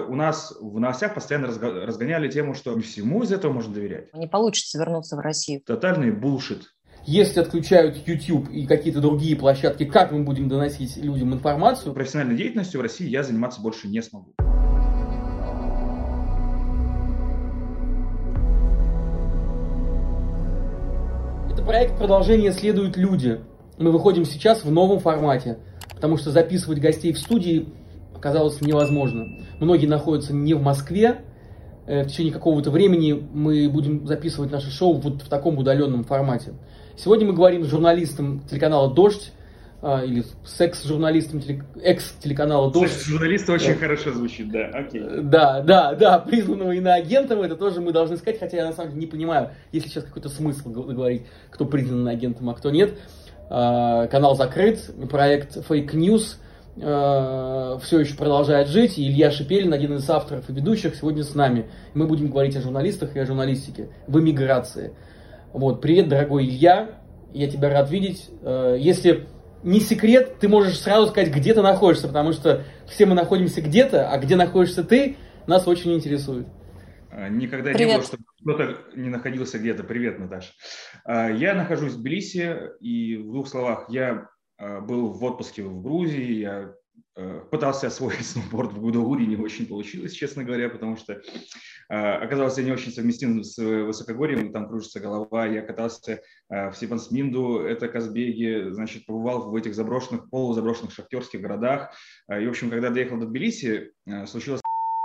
у нас в новостях постоянно разгоняли тему, что не всему из этого можно доверять. Не получится вернуться в Россию. Тотальный булшит. Если отключают YouTube и какие-то другие площадки, как мы будем доносить людям информацию? Профессиональной деятельностью в России я заниматься больше не смогу. Это проект «Продолжение следуют люди». Мы выходим сейчас в новом формате, потому что записывать гостей в студии оказалось невозможно. Многие находятся не в Москве. В течение какого-то времени мы будем записывать наше шоу вот в таком удаленном формате. Сегодня мы говорим с журналистом телеканала «Дождь», или с экс-журналистом экс-телеканала «Дождь». Экс-журналист очень хорошо звучит, да, окей. Да, признанного иноагентом, это тоже мы должны сказать, хотя я на самом деле не понимаю, есть ли сейчас какой-то смысл говорить, кто признан иноагентом, а кто нет. Канал закрыт, проект Fake News все еще продолжает жить, и Илья Шипелин, один из авторов и ведущих, сегодня с нами. Мы будем говорить о журналистах и о журналистике в эмиграции. Вот, привет, дорогой Илья, я тебя рад видеть. Если не секрет, ты можешь сразу сказать, где ты находишься, потому что все мы находимся где-то, а где находишься ты, нас очень интересует. Никогда Привет. не было, чтобы кто-то не находился где-то. Привет, Наташа. Я нахожусь в Тбилиси, и в двух словах, я был в отпуске в Грузии, я пытался освоить сноуборд в Гудаури, не очень получилось, честно говоря, потому что оказалось, я не очень совместим с высокогорьем, там кружится голова. Я катался в Сипансминду, это Казбеги, значит, побывал в этих заброшенных, полузаброшенных шахтерских городах. И, в общем, когда доехал до Тбилиси, случилось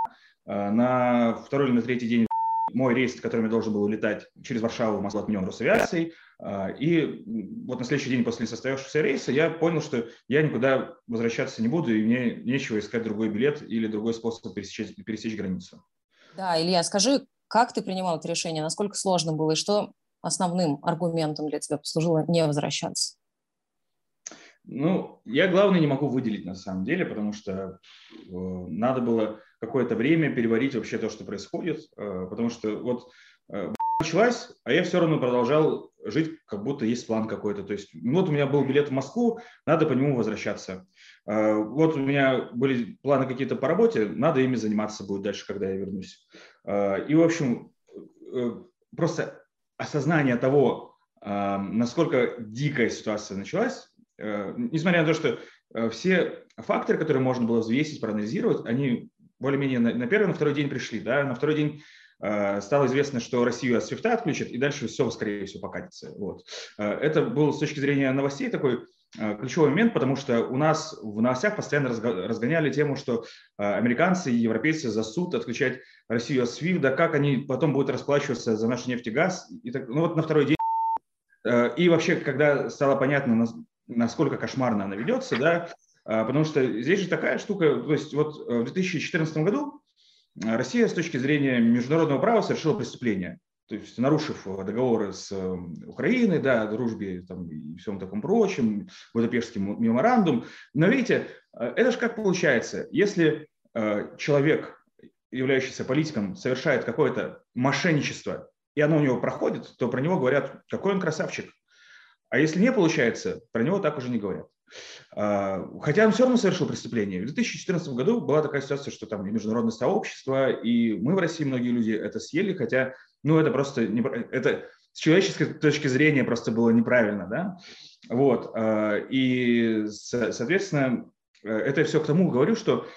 на второй или на третий день мой рейс, которым я должен был улетать через Варшаву в Москву, отменен Росавиацией. И вот на следующий день после несостоявшегося рейса я понял, что я никуда возвращаться не буду, и мне нечего искать другой билет или другой способ пересечь границу. Да, Илья, скажи, как ты принимал это решение, насколько сложно было, и что основным аргументом для тебя послужило не возвращаться? Ну, я главное не могу выделить на самом деле, потому что надо было какое-то время переварить вообще то, что происходит, потому что вот началась, а я все равно продолжал жить, как будто есть план какой-то. То есть вот у меня был билет в Москву, надо по нему возвращаться. Вот у меня были планы какие-то по работе, надо ими заниматься будет дальше, когда я вернусь. И, в общем, просто осознание того, насколько дикая ситуация началась, несмотря на то, что все факторы, которые можно было взвесить, проанализировать, они более-менее на первый, на второй день пришли. Да? На второй день стало известно, что Россию от свифта отключат, и дальше все, скорее всего, покатится. Вот. Это был с точки зрения новостей такой ключевой момент, потому что у нас в новостях постоянно разгоняли тему, что американцы и европейцы за суд отключать Россию от SWIFT, да как они потом будут расплачиваться за нашу нефть и газ. И так, ну вот на второй день. И вообще, когда стало понятно, насколько кошмарно она ведется, да, потому что здесь же такая штука, то есть вот в 2014 году Россия с точки зрения международного права совершила преступление, то есть нарушив договоры с Украиной, да, о дружбе там, и всем таком прочем, Будапештский меморандум. Но видите, это же как получается, если человек, являющийся политиком, совершает какое-то мошенничество, и оно у него проходит, то про него говорят, какой он красавчик. А если не получается, про него так уже не говорят. Хотя он все равно совершил преступление. В 2014 году была такая ситуация, что там и международное сообщество, и мы в России, многие люди это съели, хотя, ну, это просто, это с человеческой точки зрения просто было неправильно, да. Вот. И, соответственно, это я все к тому говорю, что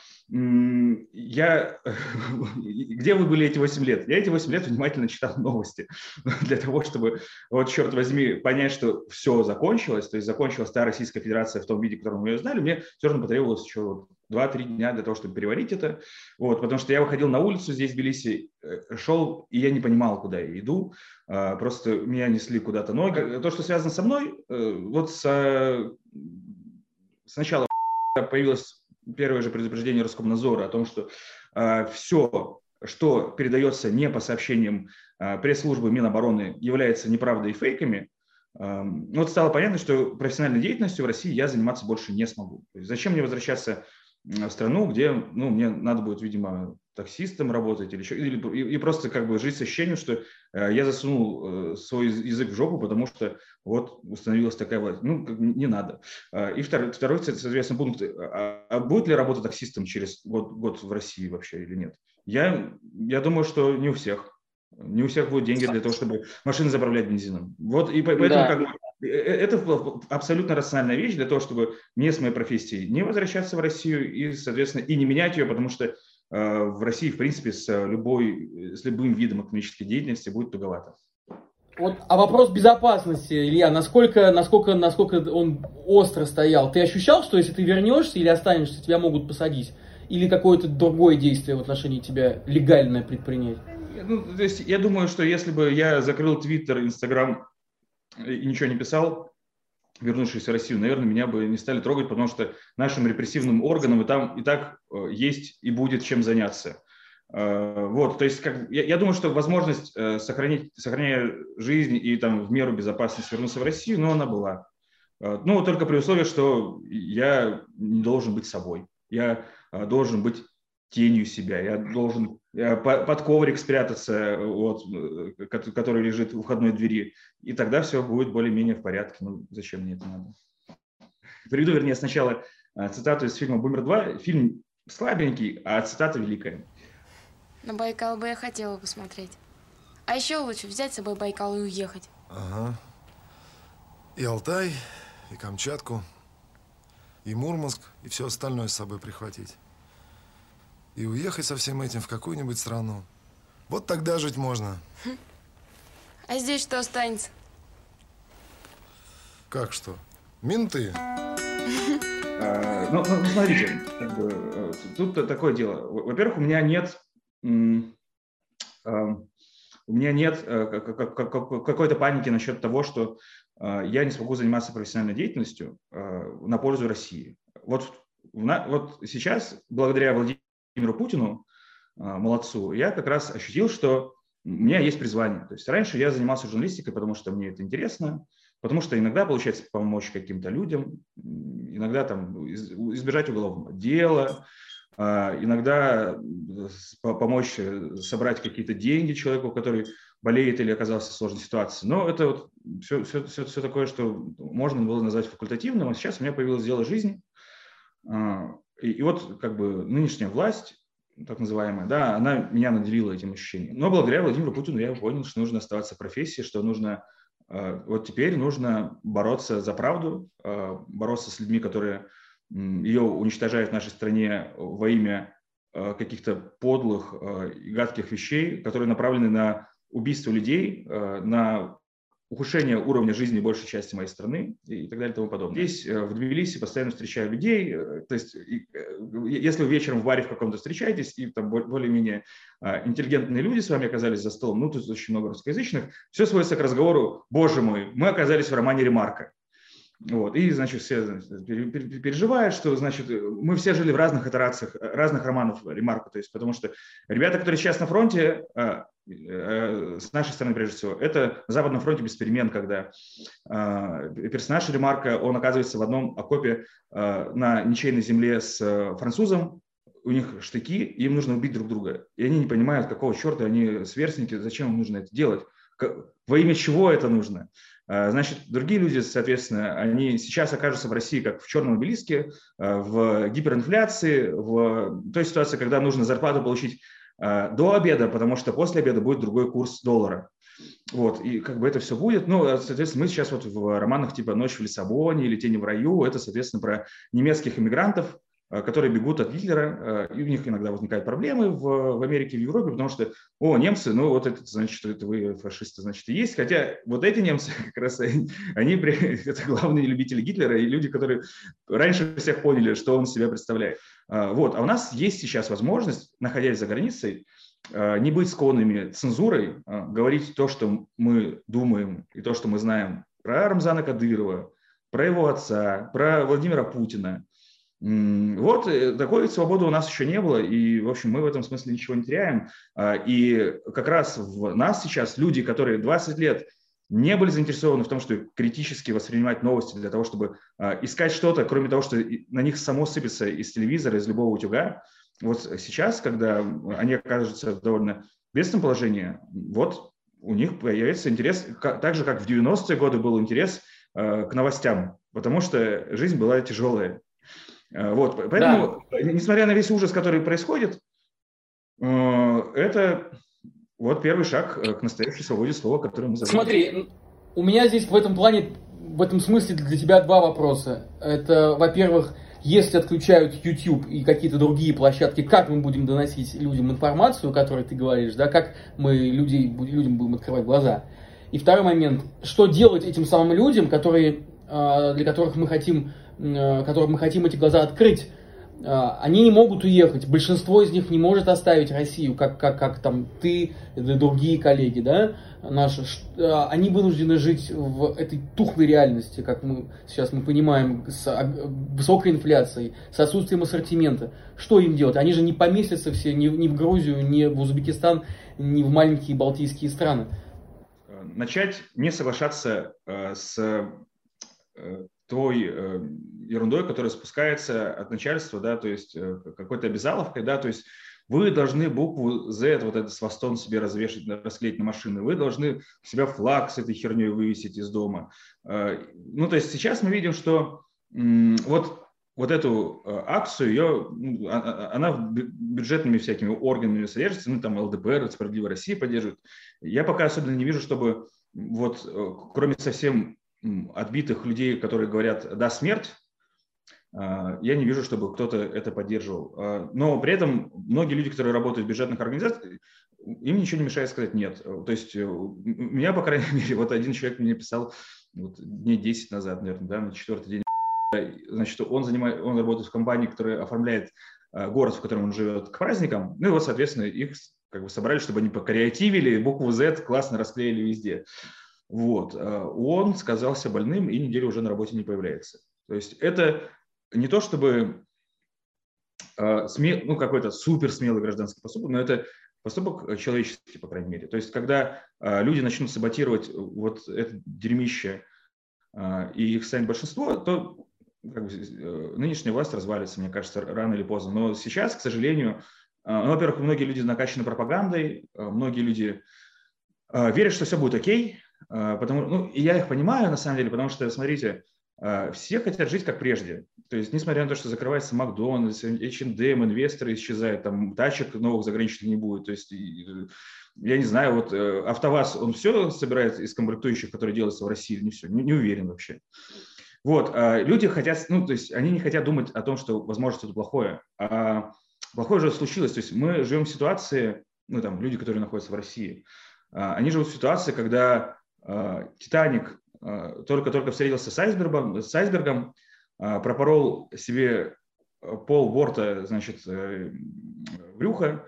где вы были эти 8 лет? Я эти 8 лет внимательно читал новости для того, чтобы, вот черт возьми, понять, что все закончилось, то есть закончилась та Российская Федерация в том виде, в котором мы ее знали. Мне все равно потребовалось еще 2-3 дня для того, чтобы переварить это. Вот, потому что я выходил на улицу здесь, в Тбилиси, шел, и я не понимал, куда я иду. Просто меня несли куда-то ноги. То, что связано со мной, вот сначала появилось первое же предупреждение Роскомнадзора о том, что все, что передается не по сообщениям пресс-службы Минобороны, является неправдой и фейками, вот стало понятно, что профессиональной деятельностью в России я заниматься больше не смогу. То есть зачем мне возвращаться страну, где, ну, мне надо будет, видимо, таксистом работать или еще, и просто как бы жить с ощущением, что я засунул свой язык в жопу, потому что вот установилась такая власть. Ну, не надо. И второй, соответственно, пункт. А будет ли работа таксистом через год в России вообще или нет? Я думаю, что не у всех. Не у всех будут деньги для того, чтобы машины заправлять бензином. Вот, и поэтому Да. как бы, это абсолютно рациональная вещь для того, чтобы мне с моей профессией не возвращаться в Россию и, соответственно, и не менять ее, потому что в России, в принципе, с любым видом экономической деятельности будет туговато. Вот, а вопрос безопасности, Илья, насколько он остро стоял? Ты ощущал, что если ты вернешься или останешься, тебя могут посадить? Или какое-то другое действие в отношении тебя легальное предпринять? Ну, то есть я думаю, что если бы я закрыл Твиттер, Инстаграм и ничего не писал, вернувшись в Россию, наверное, меня бы не стали трогать, потому что нашим репрессивным органам и так есть и будет чем заняться. Вот, то есть я думаю, что возможность сохраняя жизнь и там в меру безопасности вернуться в Россию, но она была. Ну, только при условии, что я не должен быть собой. Я должен быть тенью себя. Я должен под коврик спрятаться, вот, который лежит у входной двери. И тогда все будет более-менее в порядке. Ну, зачем мне это надо? Приведу, вернее, сначала цитату из фильма «Бумер 2». Фильм слабенький, а цитата великая. На Байкал бы я хотела посмотреть. А еще лучше взять с собой Байкал и уехать. Ага. И Алтай, и Камчатку, и Мурманск, и все остальное с собой прихватить. И уехать со всем этим в какую-нибудь страну. Вот тогда жить можно. А здесь что останется? Как что? Менты. Ну, смотрите, тут такое дело. Во-первых, у меня нет какой-то паники насчет того, что я не смогу заниматься профессиональной деятельностью на пользу России. Вот сейчас, благодаря Владимиру Путину, молодцу, я как раз ощутил, что у меня есть призвание. То есть раньше я занимался журналистикой, потому что мне это интересно, потому что иногда получается помочь каким-то людям, иногда там избежать уголовного дела, иногда помочь собрать какие-то деньги человеку, который болеет или оказался в сложной ситуации. Но это вот все такое, что можно было назвать факультативным, а сейчас у меня появилось дело жизни. И вот как бы нынешняя власть, так называемая, да, она меня наделила этим ощущением. Но благодаря Владимиру Путину я понял, что нужно оставаться в профессии, что нужно вот теперь нужно бороться за правду, бороться с людьми, которые ее уничтожают в нашей стране во имя каких-то подлых и гадких вещей, которые направлены на убийство людей, на ухудшение уровня жизни большей части моей страны и так далее и тому подобное. Здесь, в Тбилиси, постоянно встречаю людей. То есть, если вы вечером в баре в каком-то встречаетесь, и там более-менее интеллигентные люди с вами оказались за столом, ну, тут очень много русскоязычных, все сводится к разговору: «Боже мой, мы оказались в романе Ремарка». Вот. И, значит, все переживают, что, значит, мы все жили в разных итерациях, разных романов Ремарка. То есть, потому что ребята, которые сейчас на фронте, с нашей стороны, прежде всего, это на Западном фронте без перемен, когда персонаж Ремарка, он оказывается в одном окопе на ничейной земле с французом, у них штыки, им нужно убить друг друга. И они не понимают, какого черта они сверстники, зачем им нужно это делать, во имя чего это нужно. Значит, другие люди, соответственно, они сейчас окажутся в России как в черном обелиске, в гиперинфляции, в той ситуации, когда нужно зарплату получить до обеда, потому что после обеда будет другой курс доллара. Вот, и как бы это все будет. Ну, соответственно, мы сейчас вот в романах типа «Ночь в Лиссабоне» или «Тени в раю», это, соответственно, про немецких иммигрантов, которые бегут от Гитлера, и у них иногда возникают проблемы в Америке, в Европе, потому что, немцы, ну вот это значит, что это вы фашисты, значит, и есть. Хотя вот эти немцы как раз, они это главные любители Гитлера и люди, которые раньше всех поняли, что он из себя представляет. Вот, а у нас есть сейчас возможность, находясь за границей, не быть скованными цензурой, говорить то, что мы думаем и то, что мы знаем про Рамзана Кадырова, про его отца, про Владимира Путина. Вот такой свободы у нас еще не было, и, в общем, мы в этом смысле ничего не теряем. И как раз в нас сейчас люди, которые 20 лет не были заинтересованы в том, чтобы критически воспринимать новости для того, чтобы искать что-то, кроме того, что на них само сыпется из телевизора, из любого утюга. Вот сейчас, когда они окажутся в довольно бедственном положении, вот у них появится интерес, так же, как в 90-е годы был интерес к новостям, потому что жизнь была тяжелая. Вот, поэтому, несмотря на весь ужас, который происходит, это вот первый шаг к настоящей свободе слова, который мы забыли. Смотри, у меня здесь в этом плане, в этом смысле для тебя два вопроса. Это, во-первых, если отключают YouTube и какие-то другие площадки, как мы будем доносить людям информацию, о которой ты говоришь, да, как мы людям будем открывать глаза. И второй момент, что делать этим самым людям, для которых мы хотим эти глаза открыть. Они не могут уехать, большинство из них не может оставить Россию, как там ты и другие коллеги, да, наши. Они вынуждены жить в этой тухлой реальности, как мы сейчас понимаем, с высокой инфляцией, с отсутствием ассортимента. Что им делать? Они же не поместятся все ни в Грузию, ни в Узбекистан, ни в маленькие балтийские страны. Начать не соглашаться с той ерундой, которая спускается от начальства, да, то есть какой-то обязаловкой, да, то есть вы должны букву Z, вот этот свастон себе развешать, расклеить на машины, вы должны себя флаг с этой херней вывесить из дома. Ну, то есть сейчас мы видим, что вот эту акцию, она бюджетными всякими органами содержится, ну, там ЛДПР, «Справедливая Россия» поддерживает. Я пока особенно не вижу, чтобы вот, кроме совсем отбитых людей, которые говорят «да, смерть», я не вижу, чтобы кто-то это поддерживал. Но при этом многие люди, которые работают в бюджетных организациях, им ничего не мешает сказать «нет». То есть у меня, по крайней мере, вот один человек мне писал дней 10 назад, наверное, да, на 4-й день. Значит, он работает в компании, которая оформляет город, в котором он живет, к праздникам. Ну и вот, соответственно, их как бы собрали, чтобы они покреативили, букву Z классно расклеили везде. Вот. Он сказался больным и неделю уже на работе не появляется. То есть это не то чтобы какой-то супер смелый гражданский поступок, но это поступок человеческий, по крайней мере. То есть когда люди начнут саботировать вот это дерьмище, и их станет большинство, то как бы, нынешняя власть развалится, мне кажется, рано или поздно. Но сейчас, к сожалению, во-первых, многие люди накачаны пропагандой, многие люди верят, что все будет окей. И я их понимаю, на самом деле, потому что, смотрите, все хотят жить как прежде. То есть, несмотря на то, что закрывается Макдональдс, H&M, инвесторы исчезают, там тачек новых заграничных не будет. То есть, я не знаю, вот АвтоВАЗ, он все собирает из комплектующих, которые делаются в России, не все, не уверен вообще. Вот, люди хотят, то есть, они не хотят думать о том, что, возможно, это плохое. А плохое уже случилось. То есть, мы живем в ситуации, люди, которые находятся в России, они живут в ситуации, когда Титаник только-только встретился с айсбергом, пропорол себе пол борта, значит, брюха,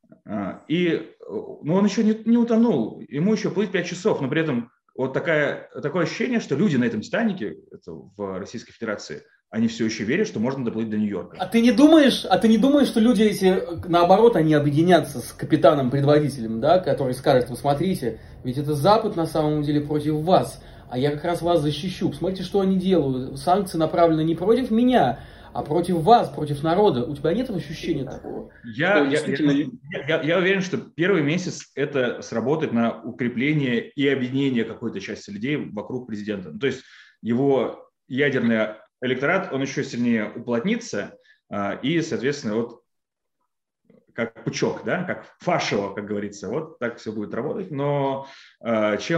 и он еще не утонул, ему еще плыть 5 часов, но при этом вот такое ощущение, что люди на этом Титанике, это в Российской Федерации, они все еще верят, что можно доплыть до Нью-Йорка. А ты не думаешь, что люди эти, наоборот, они объединятся с капитаном-предводителем, да, который скажет: вы смотрите, ведь это Запад на самом деле против вас, а я как раз вас защищу. Посмотрите, что они делают. Санкции направлены не против меня, а против вас, против народа. У тебя нет ощущения такого? Я уверен, что первый месяц это сработает на укрепление и объединение какой-то части людей вокруг президента. То есть его ядерный электорат, он еще сильнее уплотнится, и, соответственно, вот как пучок, да, как фашево, как говорится, вот так все будет работать. Но часть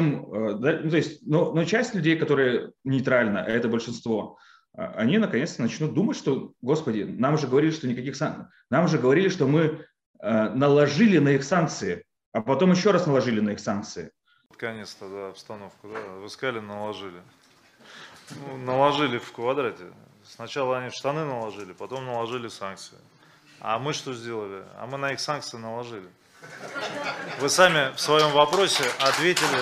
людей, которые нейтрально, а это большинство, они наконец-то начнут думать, что, господи, нам же говорили, что никаких санкций, нам же говорили, что мы наложили на их санкции, а потом еще раз наложили на их санкции. Наконец-то, да, обстановку, да, вы сказали, наложили. Наложили в квадрате. Сначала они в штаны наложили, потом наложили санкции. А мы что сделали? А мы на их санкции наложили. Вы сами в своем вопросе ответили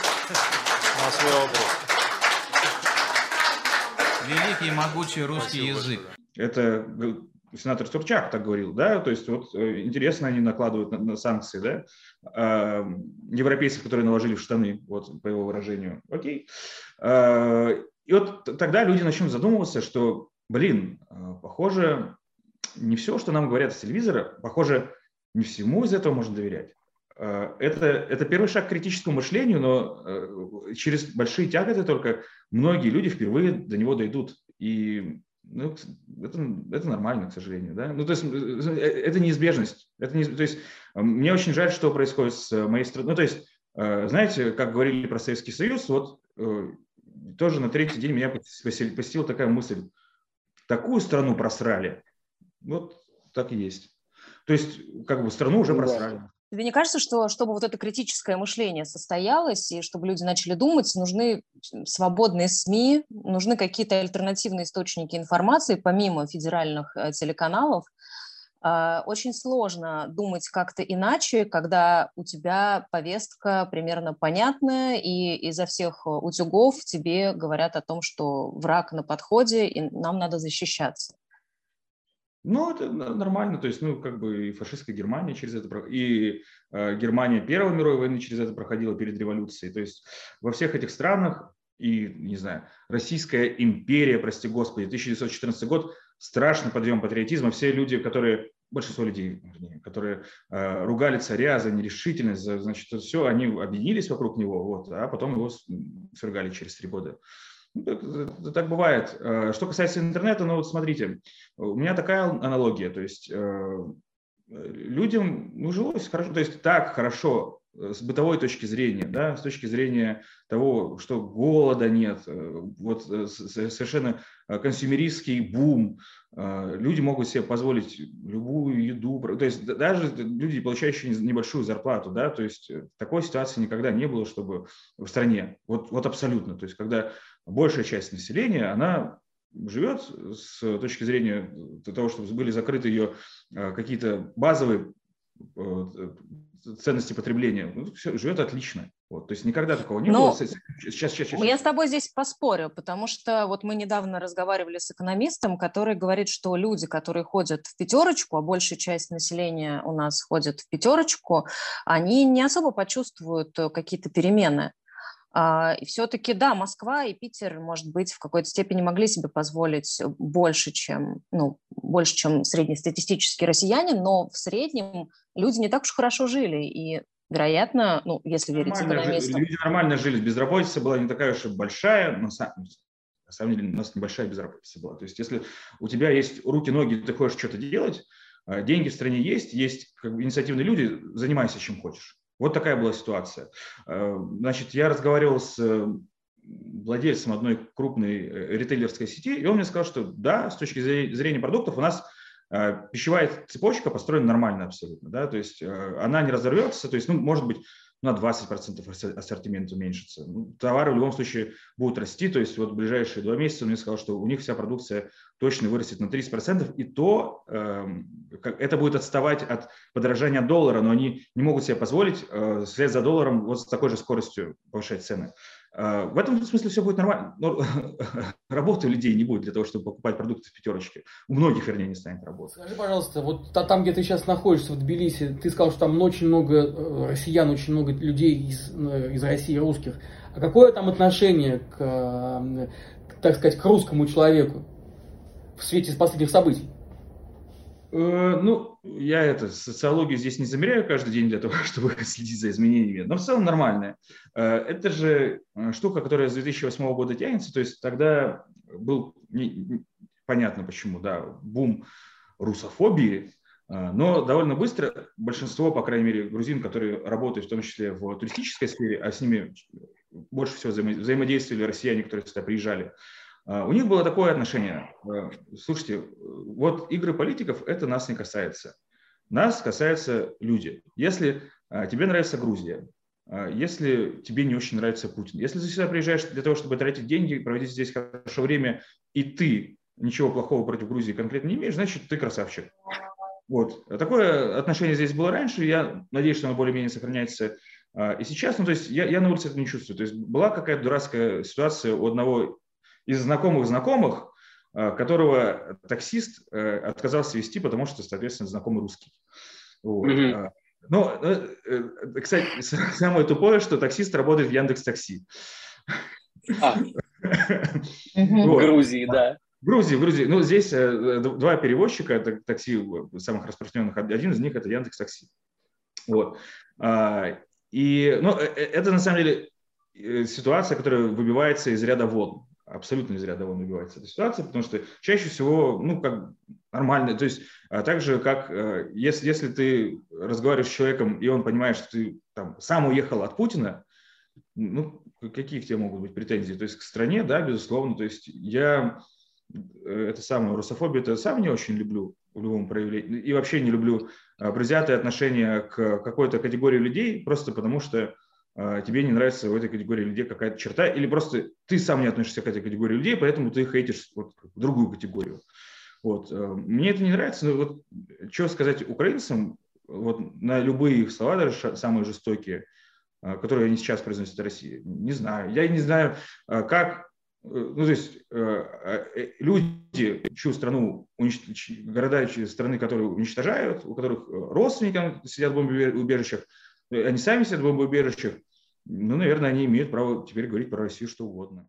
на свой вопрос. Великий и могучий русский язык. Это сенатор Турчак так говорил, да, то есть вот интересно они накладывают на санкции, да, европейцев, которые наложили в штаны, вот по его выражению, окей. И вот тогда люди начнут задумываться, что, похоже, не все, что нам говорят с телевизора, похоже, не всему из этого можно доверять. Это первый шаг к критическому мышлению, но через большие тяготы только многие люди впервые до него дойдут. И это нормально, к сожалению. Да? То есть это неизбежность. То есть мне очень жаль, что происходит с моей страной. То есть, знаете, как говорили про Советский Союз, вот тоже на третий день меня посетила такая мысль. Такую страну просрали. Вот так и есть. То есть как бы страну уже просрали. Тебе не кажется, что чтобы вот это критическое мышление состоялось, и чтобы люди начали думать, нужны свободные СМИ, нужны какие-то альтернативные источники информации, помимо федеральных телеканалов? Очень сложно думать как-то иначе, когда у тебя повестка примерно понятная, и изо всех утюгов тебе говорят о том, что враг на подходе, и нам надо защищаться. Ну, это нормально, то есть, как бы и фашистская Германия через это, и Германия Первой мировой войны через это проходила перед революцией, то есть во всех этих странах, и, не знаю, Российская империя, прости господи, 1914 год, страшный подъем патриотизма, все люди, большинство людей, которые ругали царя за нерешительность, значит, все, они объединились вокруг него, вот, а потом его свергали через 3 года. Так бывает. Что касается интернета, вот смотрите, у меня такая аналогия, то есть людям жилось хорошо, то есть так хорошо с бытовой точки зрения, да, с точки зрения того, что голода нет, вот совершенно консюмеристский бум, люди могут себе позволить любую еду, то есть даже люди, получающие небольшую зарплату, да, то есть такой ситуации никогда не было, чтобы в стране, вот абсолютно, то есть когда большая часть населения, она живет с точки зрения того, чтобы были закрыты ее какие-то базовые ценности потребления, живет отлично. Вот, то есть никогда такого не было. Сейчас. Я с тобой здесь поспорю, потому что вот мы недавно разговаривали с экономистом, который говорит, что люди, которые ходят в пятерочку, а большая часть населения у нас ходит в пятерочку, они не особо почувствуют какие-то перемены. И все-таки, да, Москва и Питер, может быть, в какой-то степени могли себе позволить больше, чем среднестатистический россиянин, но в среднем люди не так уж хорошо жили. И, вероятно, если верить экономистам... Люди нормально жили, безработица была не такая уж и большая, но на самом деле у нас небольшая безработица была. То есть если у тебя есть руки, ноги, ты хочешь что-то делать, деньги в стране есть как бы инициативные люди, занимайся чем хочешь. Вот такая была ситуация. Значит, я разговаривал с владельцем одной крупной ритейлерской сети, и он мне сказал, что да, с точки зрения продуктов у нас пищевая цепочка построена нормально абсолютно, да, то есть она не разорвется, то есть, может быть, на 20% ассортимент уменьшится. Товары в любом случае будут расти, то есть вот в ближайшие 2 месяца он мне сказал, что у них вся продукция точно вырастет на 30%, и то это будет отставать от подорожания доллара, но они не могут себе позволить вслед за долларом вот с такой же скоростью повышать цены. В этом смысле все будет нормально. Но работы у людей не будет для того, чтобы покупать продукты в пятерочке. У многих, вернее, не станет работать. Скажи, пожалуйста, вот там, где ты сейчас находишься, в Тбилиси, ты сказал, что там очень много россиян, очень много людей из России, русских. А какое там отношение к, так сказать, к русскому человеку в свете последних событий? Я социологию здесь не замеряю каждый день для того, чтобы следить за изменениями, но в целом нормальная. Это же штука, которая с 2008 года тянется, то есть тогда был, понятно почему, да, бум русофобии, но довольно быстро большинство, по крайней мере, грузин, которые работают в том числе в туристической сфере, а с ними больше всего взаимодействовали россияне, которые сюда приезжали, у них было такое отношение. Слушайте, вот игры политиков, это нас не касается. Нас касаются люди. Если тебе нравится Грузия, если тебе не очень нравится Путин, если ты сюда приезжаешь для того, чтобы тратить деньги, проводить здесь хорошо время, и ты ничего плохого против Грузии конкретно не имеешь, значит, ты красавчик. Вот. Такое отношение здесь было раньше, я надеюсь, что оно более-менее сохраняется и сейчас. То есть я на улице это не чувствую. То есть была какая-то дурацкая ситуация у одного из знакомых, которого таксист отказался везти, потому что, соответственно, знакомый русский. Вот. Но, кстати, самое тупое, что таксист работает в Яндекс.Такси. В Грузии, да. В Грузии. Ну, здесь два перевозчика такси самых распространенных. Один из них – это Яндекс.Такси. Вот. И, ну, это, на самом деле, ситуация, которая выбивается из ряда вон. Абсолютно из ряда вон выбивается эта ситуация, потому что чаще всего, ну, как нормально, то есть так же, как если ты разговариваешь с человеком, и он понимает, что ты там сам уехал от Путина, ну, какие к тебе могут быть претензии? То есть к стране, да, безусловно, то есть я это самое, русофобию это сам не очень люблю в любом проявлении, и вообще не люблю предвзятое отношение к какой-то категории людей, просто потому что тебе не нравится в этой категории людей какая-то черта, или просто ты сам не относишься к этой категории людей, поэтому ты хейтишь вот другую категорию. Вот. Мне это не нравится, но вот что сказать украинцам, вот на любые их слова, даже самые жестокие, которые они сейчас произносят в России, не знаю. Я не знаю, как, ну, то есть люди, чью страну, города страны, которые уничтожают, у которых родственники сидят в бомбоубежищах, они сами сидят в бомбоубежищах, ну, наверное, они имеют право теперь говорить про Россию что угодно.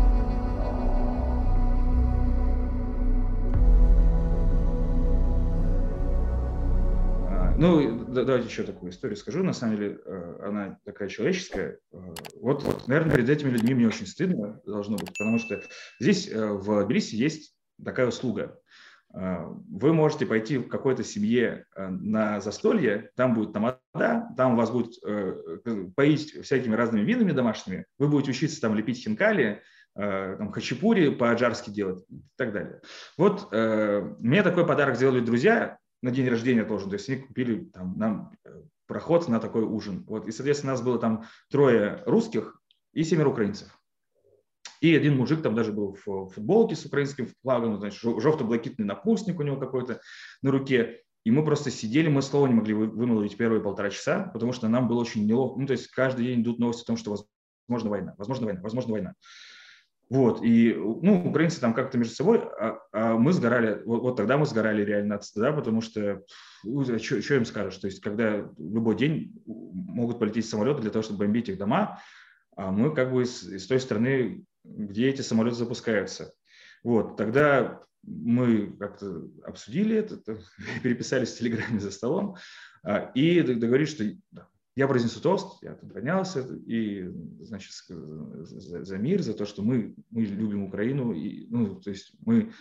Ну, давайте еще такую историю скажу. На самом деле, она такая человеческая. Вот, наверное, перед этими людьми мне очень стыдно должно быть, потому что здесь, в Тбилиси, есть такая услуга. Вы можете пойти в какой-то семье на застолье, там будет тамада, там вас будут поить всякими разными винами домашними, вы будете учиться там лепить хинкали, там, хачапури по-аджарски делать и так далее. Вот мне такой подарок сделали друзья на день рождения тоже, то есть они купили там, нам проход на такой ужин. Вот, и, соответственно, нас было там 3 русских и 7 украинцев. И один мужик там даже был в футболке с украинским флагом, значит, желто-блакитный напульсник у него какой-то на руке. И мы просто сидели, мы слова не могли вымолвить первые 1,5 часа, потому что нам было очень неловко. Ну, то есть каждый день идут новости о том, что возможно война. Вот, и, ну, украинцы там как-то между собой, а мы сгорали, вот тогда мы сгорали реально от стыда, потому что, что им скажешь, то есть когда любой день могут полететь самолеты для того, чтобы бомбить их дома, а мы как бы из той страны, где эти самолеты запускаются. Вот, тогда мы как-то обсудили это, переписались в Телеграме за столом и договорились, что я произнесу тост, я там поднялся, и, значит, за мир, за то, что мы любим Украину, и, ну, то есть мы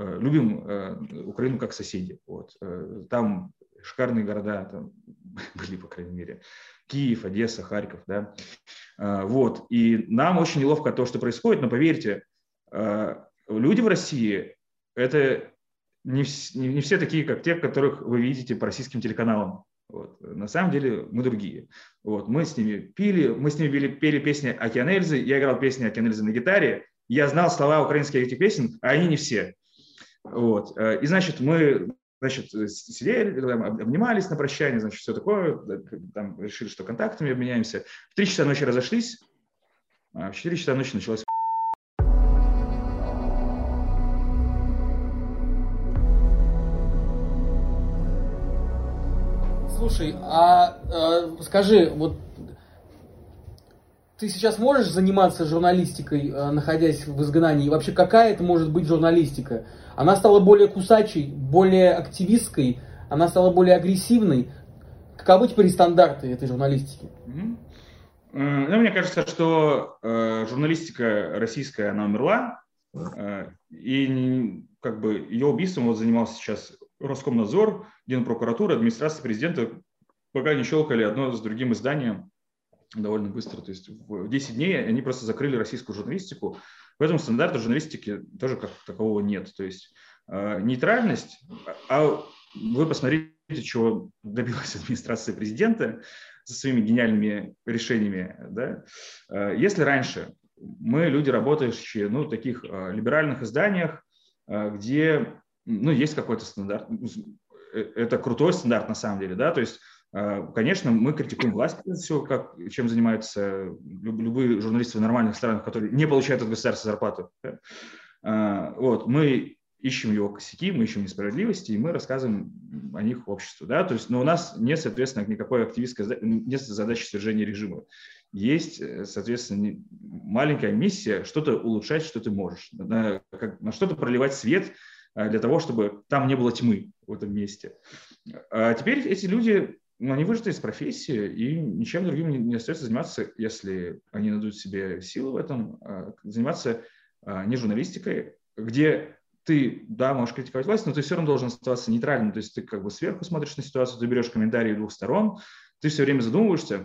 любим Украину как соседи. Вот. Там шикарные города там были, по крайней мере, Киев, Одесса, Харьков, да. Вот. И нам очень неловко от того, что происходит, но поверьте, люди в России – это не все такие, как те, которых вы видите по российским телеканалам. Вот. На самом деле мы другие. Вот. Мы с ними пели песни Океан Эльзы, я играл песни Океан Эльзы на гитаре, я знал слова украинских этих песен, а они не все. Вот. И, значит, мы сидели, обнимались на прощание, значит, все такое, там, решили, что контактами обменяемся. В 3 часа ночи разошлись, а в 4 часа ночи началась. Слушай, скажи, вот ты сейчас можешь заниматься журналистикой, находясь в изгнании? И вообще, какая это может быть журналистика? Она стала более кусачей, более активистской, она стала более агрессивной. Каковы теперь стандарты этой журналистики? Ну, мне кажется, что журналистика российская, она умерла, и как бы ее убийством вот занимался сейчас Роскомнадзор, Генпрокуратура, администрация президента, пока не щелкали одно с другим изданием довольно быстро. То есть в 10 дней они просто закрыли российскую журналистику. Поэтому стандарта журналистики тоже как такового нет. То есть нейтральность, а вы посмотрите, чего добилась администрация президента со своими гениальными решениями. Да? Если раньше мы, люди, работающие в таких либеральных изданиях, где есть какой-то стандарт, это крутой стандарт на самом деле, да, то есть, конечно, мы критикуем власть, все, чем занимаются любые журналисты в нормальных странах, которые не получают от государства зарплату, да? Вот, мы ищем его косяки, мы ищем несправедливости, и мы рассказываем о них обществу. Да? То есть, но у нас нет, соответственно, никакой активистской нет задачи свержения режима. Есть, соответственно, маленькая миссия что-то улучшать, что ты можешь, на что-то проливать свет для того, чтобы там не было тьмы в этом месте. А теперь эти люди, они выжаты из профессии, и ничем другим не остается заниматься, если они найдут в себе силы в этом, заниматься не журналистикой, где ты, да, можешь критиковать власть, но ты все равно должен оставаться нейтральным, то есть ты как бы сверху смотришь на ситуацию, ты берешь комментарии двух сторон, ты все время задумываешься,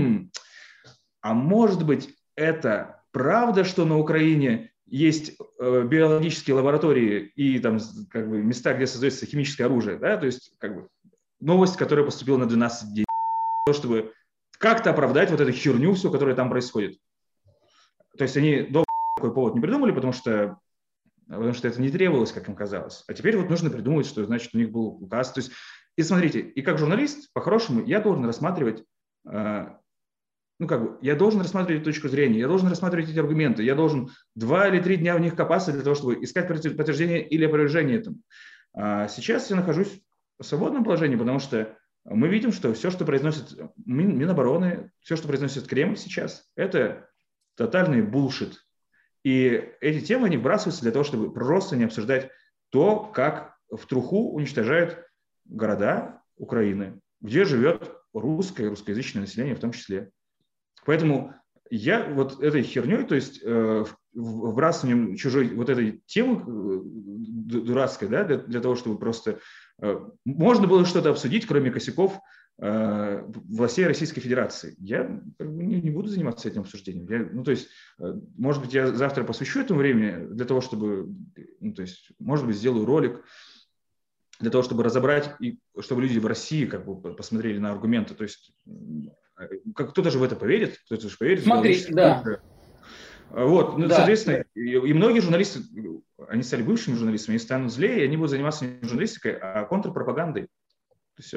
а может быть это правда, что на Украине есть биологические лаборатории и там как бы места, где создается химическое оружие, да, то есть как бы новость, которая поступила на 12 дней, чтобы как-то оправдать вот эту херню всю, которая там происходит. То есть они долго такой повод не придумали, потому что это не требовалось, как им казалось. А теперь вот нужно придумать, что, значит, у них был указ. То есть, и смотрите, и как журналист, по-хорошему, я должен рассматривать, я должен рассматривать точку зрения, я должен рассматривать эти аргументы, я должен 2 или 3 дня в них копаться для того, чтобы искать подтверждение или опровержение этому. А сейчас я нахожусь в свободном положении, потому что мы видим, что все, что произносит Минобороны, все, что произносит Кремль сейчас, это тотальный булшит. И эти темы не вбрасываются для того, чтобы просто не обсуждать то, как в труху уничтожают города Украины, где живет русское и русскоязычное население в том числе. Поэтому я вот этой херней, то есть вбрасыванием чужой вот этой темы дурацкой, да, для того, чтобы просто можно было что-то обсудить, кроме косяков властей Российской Федерации. Я не буду заниматься этим обсуждением. Может быть, я завтра посвящу этому времени для того, чтобы, может быть, сделаю ролик для того, чтобы разобрать, и чтобы люди в России как бы посмотрели на аргументы. То есть кто-то же в это поверит, кто-то же поверит. Смотри, да. Вот, да. Соответственно, и многие журналисты, они стали бывшими журналистами, они станут злее, и они будут заниматься не журналистикой, а контрпропагандой. Все.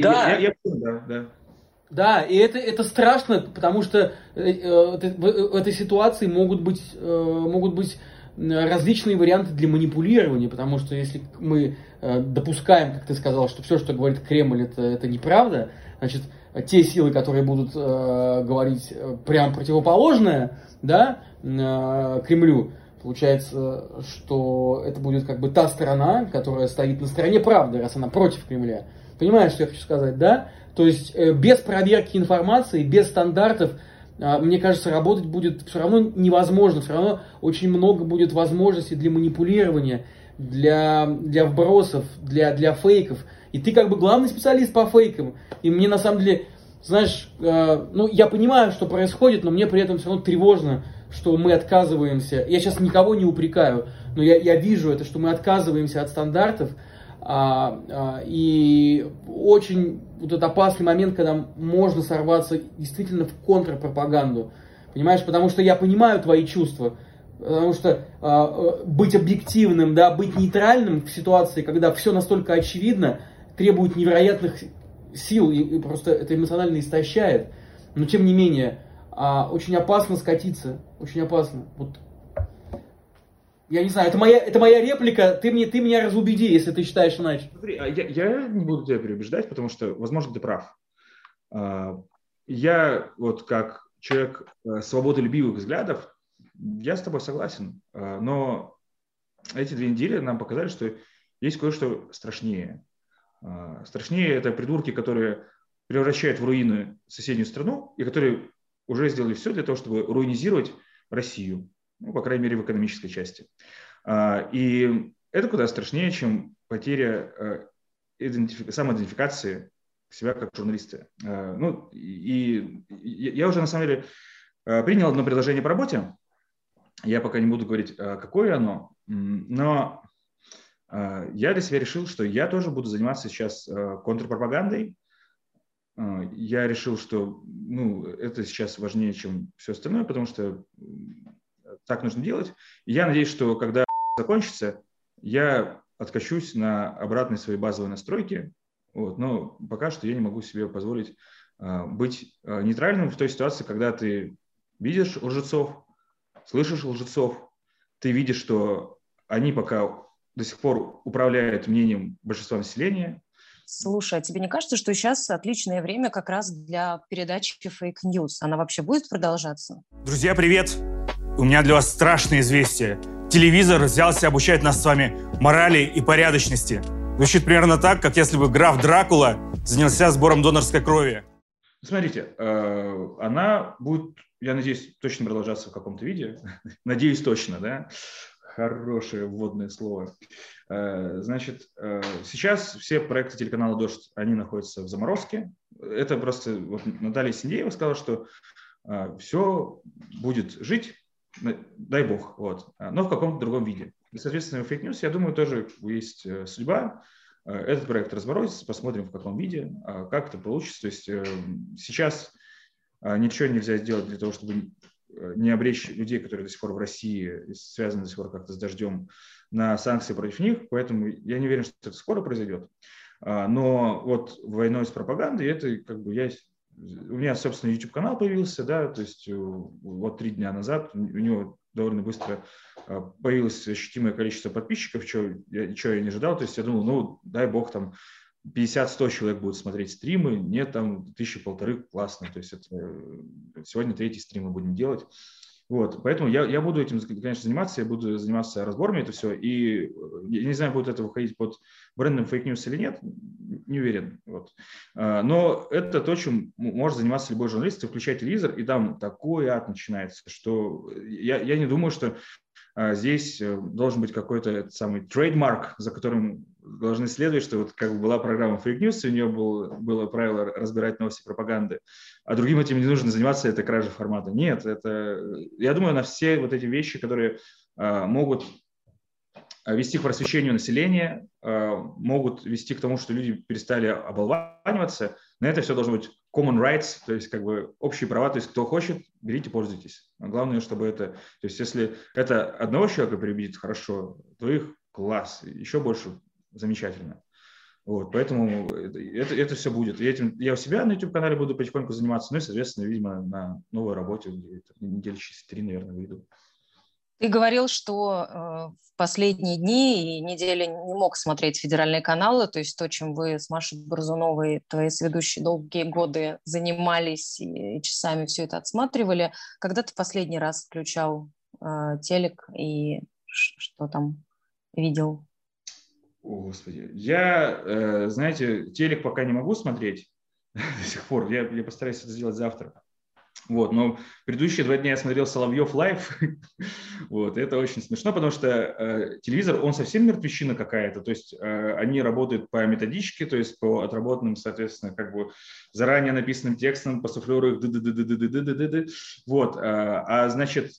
Да, и это страшно, потому что в этой ситуации могут быть различные варианты для манипулирования, потому что если мы допускаем, как ты сказал, что все, что говорит Кремль, это неправда, значит, те силы, которые будут говорить прям противоположное, да, Кремлю, получается, что это будет как бы та сторона, которая стоит на стороне правды, раз она против Кремля. Понимаешь, что я хочу сказать, да? То есть без проверки информации, без стандартов, мне кажется, работать будет все равно невозможно. Все равно очень много будет возможностей для манипулирования, для вбросов, для фейков. И ты как бы главный специалист по фейкам. И мне на самом деле, знаешь, я понимаю, что происходит, но мне при этом все равно тревожно, что мы отказываемся. Я сейчас никого не упрекаю, но я вижу это, что мы отказываемся от стандартов. И очень вот этот опасный момент, когда можно сорваться действительно в контрпропаганду. Понимаешь, потому что я понимаю твои чувства. Потому что быть объективным, да, быть нейтральным в ситуации, когда все настолько очевидно, требует невероятных сил и просто это эмоционально истощает. Но тем не менее, очень опасно скатиться. Очень опасно. Вот. Я не знаю, это моя реплика, ты меня разубеди, если ты считаешь иначе. Смотри, я не буду тебя переубеждать, потому что, возможно, ты прав. Я вот как человек свободолюбивых взглядов, я с тобой согласен, но эти 2 недели нам показали, что есть кое-что страшнее. Страшнее это придурки, которые превращают в руины соседнюю страну и которые уже сделали все для того, чтобы руинизировать Россию. По крайней мере, в экономической части. И это куда страшнее, чем потеря самоидентификации себя как журналиста. И я уже, на самом деле, принял одно предложение по работе. Я пока не буду говорить, какое оно, но я для себя решил, что я тоже буду заниматься сейчас контрпропагандой. Я решил, что это сейчас важнее, чем все остальное, потому что так нужно делать. И я надеюсь, что когда закончится, я откачусь на обратной своей базовой настройке. Вот. Но пока что я не могу себе позволить быть нейтральным в той ситуации, когда ты видишь лжецов, слышишь лжецов, ты видишь, что они пока до сих пор управляют мнением большинства населения. Слушай, а тебе не кажется, что сейчас отличное время как раз для передачи фейк-ньюс? Она вообще будет продолжаться? Друзья, привет! У меня для вас страшное известие. Телевизор взялся обучать нас с вами морали и порядочности. Звучит примерно так, как если бы граф Дракула занялся сбором донорской крови. Смотрите, она будет, я надеюсь, точно продолжаться в каком-то виде. Надеюсь, точно, да? Хорошее вводное слово. Значит, сейчас все проекты телеканала «Дождь», они находятся в заморозке. Это просто вот Наталья Синдеева сказала, что все будет жить, дай бог, вот, но в каком-то другом виде. И, соответственно, фейк-ньюс, я думаю, тоже есть судьба. Этот проект разморозится, посмотрим, в каком виде, как это получится. То есть сейчас ничего нельзя сделать для того, чтобы не обречь людей, которые до сих пор в России, связаны до сих пор как-то с «Дождем», на санкции против них, поэтому я не уверен, что это скоро произойдет. Но вот войной с пропагандой, это как бы у меня, собственно, YouTube-канал появился, да, то есть вот 3 дня назад у него довольно быстро появилось ощутимое количество подписчиков, чего я не ожидал, то есть я думал, ну, дай бог, там 50-100 человек будут смотреть стримы, нет, там 1000-1500, классно, то есть это, сегодня 3-й стрим мы будем делать. Вот, поэтому я буду этим, конечно, заниматься, я буду заниматься разборами это все, и я не знаю, будет это выходить под брендом фейк-ньюс или нет, не уверен. Вот. Но это то, чем может заниматься любой журналист, включать телевизор, и там такой ад начинается, что я не думаю, что здесь должен быть какой-то этот самый трейдмарк, за которым должны следовать, что вот как бы была программа Fake News, у нее было правило разбирать новости пропаганды, а другим этим не нужно заниматься, это кража формата. Нет, я думаю, на все вот эти вещи, которые могут вести к просвещению населения, могут вести к тому, что люди перестали оболваниваться, на это все должно быть common rights, то есть как бы общие права, то есть кто хочет, берите, пользуйтесь. Главное, чтобы то есть если это одного человека перебедит хорошо, то их класс, еще больше замечательно. Вот, поэтому это все будет. Я у себя на YouTube-канале буду потихоньку заниматься, ну и, соответственно, видимо, на новой работе, недели через 3, наверное, выйду. Ты говорил, что в последние дни и недели не мог смотреть федеральные каналы, то есть то, чем вы с Машей Борзуновой, твоей соведущей, долгие годы занимались и часами все это отсматривали. Когда ты последний раз включал телек и что там видел? О, Господи. Я, знаете, телек пока не могу смотреть до сих пор. Я постараюсь это сделать завтра. Вот, но предыдущие 2 дня я смотрел Соловьев лайв. Вот, это очень смешно, потому что телевизор, он совсем мертвечина какая-то. То есть они работают по методичке, то есть по отработанным, соответственно, как бы заранее написанным текстам, по суфлеру их вот, значит,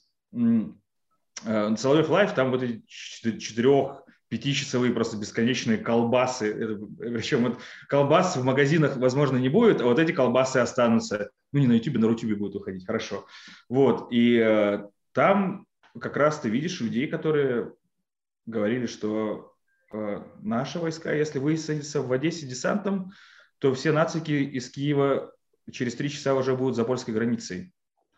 Соловьев лайв, там вот эти 4-5-часовые просто бесконечные колбасы. Причем вот колбас в магазинах, возможно, не будет, а вот эти колбасы останутся. Ну, не на YouTube, на Рутюбе будут уходить, хорошо. Вот, и там как раз ты видишь людей, которые говорили, что наши войска, если высадятся в Одессе десантом, то все нацики из Киева через 3 часа уже будут за польской границей.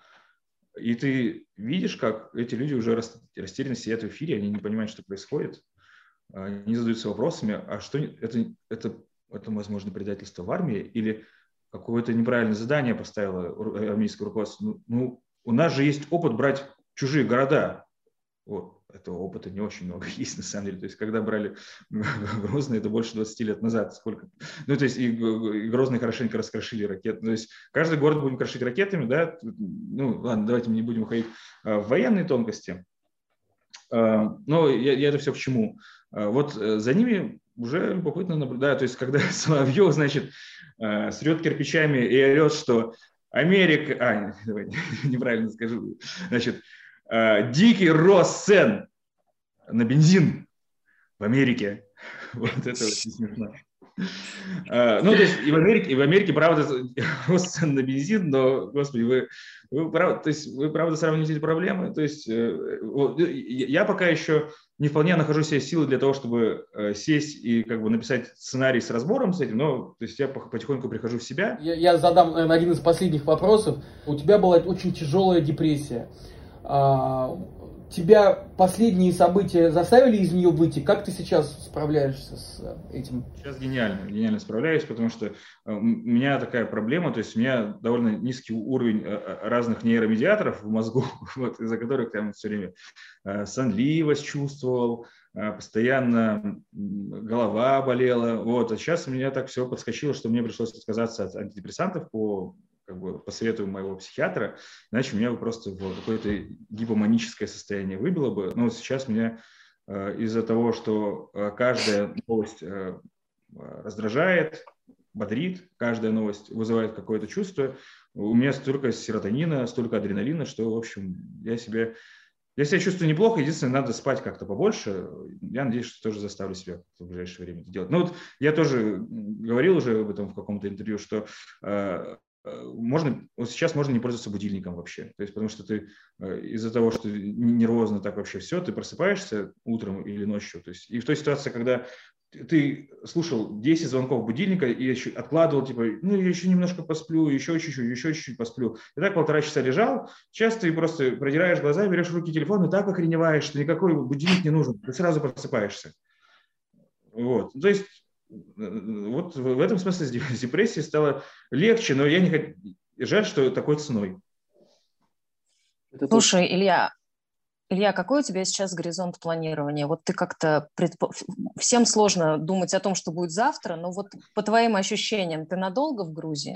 И ты видишь, как эти люди уже растерянно сидят в эфире, они не понимают, что происходит. Они задаются вопросами, а что это возможно, предательство в армии или какое-то неправильное задание поставило армейское руководство. Ну, у нас же есть опыт брать чужие города. Вот, этого опыта не очень много есть, на самом деле. То есть, когда брали Грозный, это больше 20 лет назад. Сколько? Ну, то есть, и Грозный хорошенько раскрошили ракеты. То есть, каждый город будем крошить ракетами, да? Ну, ладно, давайте мы не будем уходить в военные тонкости. Но я это все к чему? Вот за ними уже любопытно наблюдаю. То есть, когда Соловьев, значит, срет кирпичами и орет, что Америка... давай, неправильно скажу. Значит, дикий рост цен на бензин в Америке. Вот это очень смешно. Ну, то есть и в Америке, правда, рост цен на бензин, но, господи, вы правда сравниваете эти проблемы. То есть я пока еще не вполне нахожу себе силы для того, чтобы сесть и как бы написать сценарий с разбором с этим, но то есть я потихоньку прихожу в себя. Я задам, наверное, один из последних вопросов. У тебя была очень тяжелая депрессия. тебя последние события заставили из нее выйти? Как ты сейчас справляешься с этим? Сейчас гениально справляюсь, потому что у меня такая проблема, то есть у меня довольно низкий уровень разных нейромедиаторов в мозгу, вот, из-за которых там все время сонливость чувствовал, постоянно голова болела. Вот. А сейчас у меня так все подскочило, что мне пришлось отказаться от антидепрессантов по совету моего психиатра, иначе меня бы просто в какое-то гипоманическое состояние выбило бы. Но сейчас меня из-за того, что каждая новость раздражает, бодрит, каждая новость вызывает какое-то чувство, у меня столько серотонина, столько адреналина, что, в общем, я себя чувствую неплохо, единственное, надо спать как-то побольше. Я надеюсь, что тоже заставлю себя в ближайшее время это делать. Ну вот я тоже говорил уже об этом в каком-то интервью, что сейчас можно не пользоваться будильником вообще. То есть, потому что ты из-за того, что нервозно так вообще все, ты просыпаешься утром или ночью. То есть, и в той ситуации, когда ты слушал 10 звонков будильника и еще откладывал, типа, ну, я еще немножко посплю, еще чуть-чуть посплю. И так 1,5 часа лежал. Сейчас ты просто продираешь глаза, берешь в руки телефон и так охреневаешь, что никакой будильник не нужен. Ты сразу просыпаешься. Вот. То есть, вот в этом смысле с депрессией стало легче, но жаль, что такой ценой. Слушай, Илья, какой у тебя сейчас горизонт планирования? Вот ты как-то... Всем сложно думать о том, что будет завтра, но вот по твоим ощущениям, ты надолго в Грузии?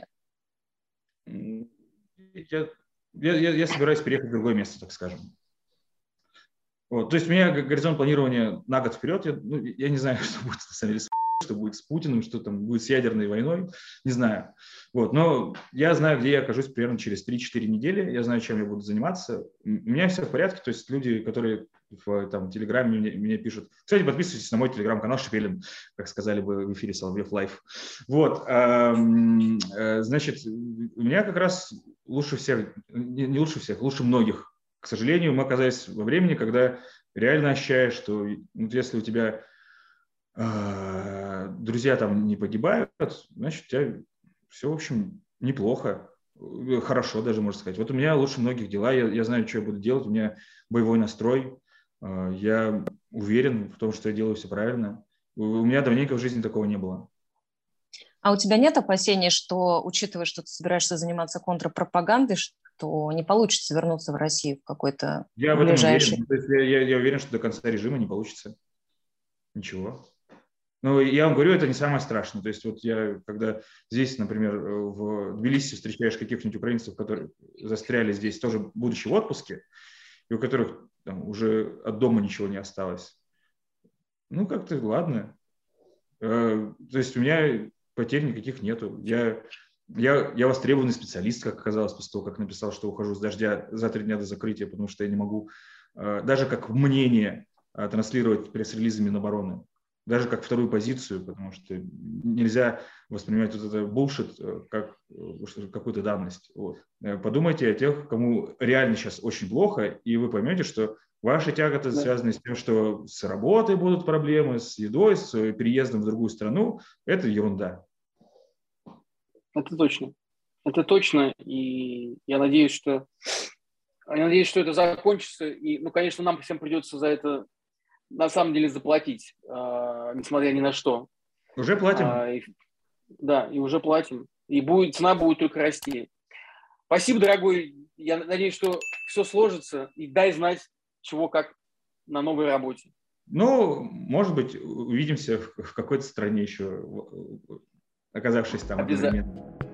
Я собираюсь переехать в другое место, так скажем. Вот. То есть у меня горизонт планирования на год вперед. Я не знаю, что будет на самом деле что будет с Путиным, что там будет с ядерной войной, не знаю. Вот. Но я знаю, где я окажусь примерно через 3-4 недели, я знаю, чем я буду заниматься. У меня все в порядке, то есть люди, которые в Телеграме мне пишут. Кстати, подписывайтесь на мой Телеграм-канал Шепелин, как сказали бы в эфире Соловьев Лайв. Вот. Значит, у меня как раз лучше всех, не лучше всех, лучше многих. К сожалению, мы оказались во времени, когда реально ощущаешь, что если у тебя друзья там не погибают, значит, у тебя все, в общем, неплохо, хорошо даже, можно сказать. Вот у меня лучше многих дела, я знаю, что я буду делать, у меня боевой настрой, я уверен в том, что я делаю все правильно. У меня давненько в жизни такого не было. А у тебя нет опасений, что, учитывая, что ты собираешься заниматься контрпропагандой, что не получится вернуться в Россию в какой-то ближайший... Я уверен, что до конца режима не получится ничего. Ну, я вам говорю, это не самое страшное. То есть вот я, когда здесь, например, в Тбилиси встречаешь каких-нибудь украинцев, которые застряли здесь, тоже будучи в отпуске, и у которых там уже от дома ничего не осталось. Ну, как-то ладно. То есть у меня потерь никаких нету. Я востребованный специалист, как оказалось, после того, как написал, что ухожу с дождя за 3 дня до закрытия, потому что я не могу даже как мнение транслировать пресс-релизы Минобороны. Даже как вторую позицию, потому что нельзя воспринимать вот это булшит как какую-то данность. Вот. Подумайте о тех, кому реально сейчас очень плохо, и вы поймете, что ваши тяготы связаны с тем, что с работой будут проблемы, с едой, с переездом в другую страну. Это ерунда. Это точно. Это точно. И я надеюсь, что это закончится. И, конечно, нам всем придется за это на самом деле заплатить, несмотря ни на что. Уже платим. И уже платим. И цена будет только расти. Спасибо, дорогой. Я надеюсь, что все сложится. И дай знать, чего как на новой работе. Ну, может быть, увидимся в какой-то стране еще, оказавшись там одновременно.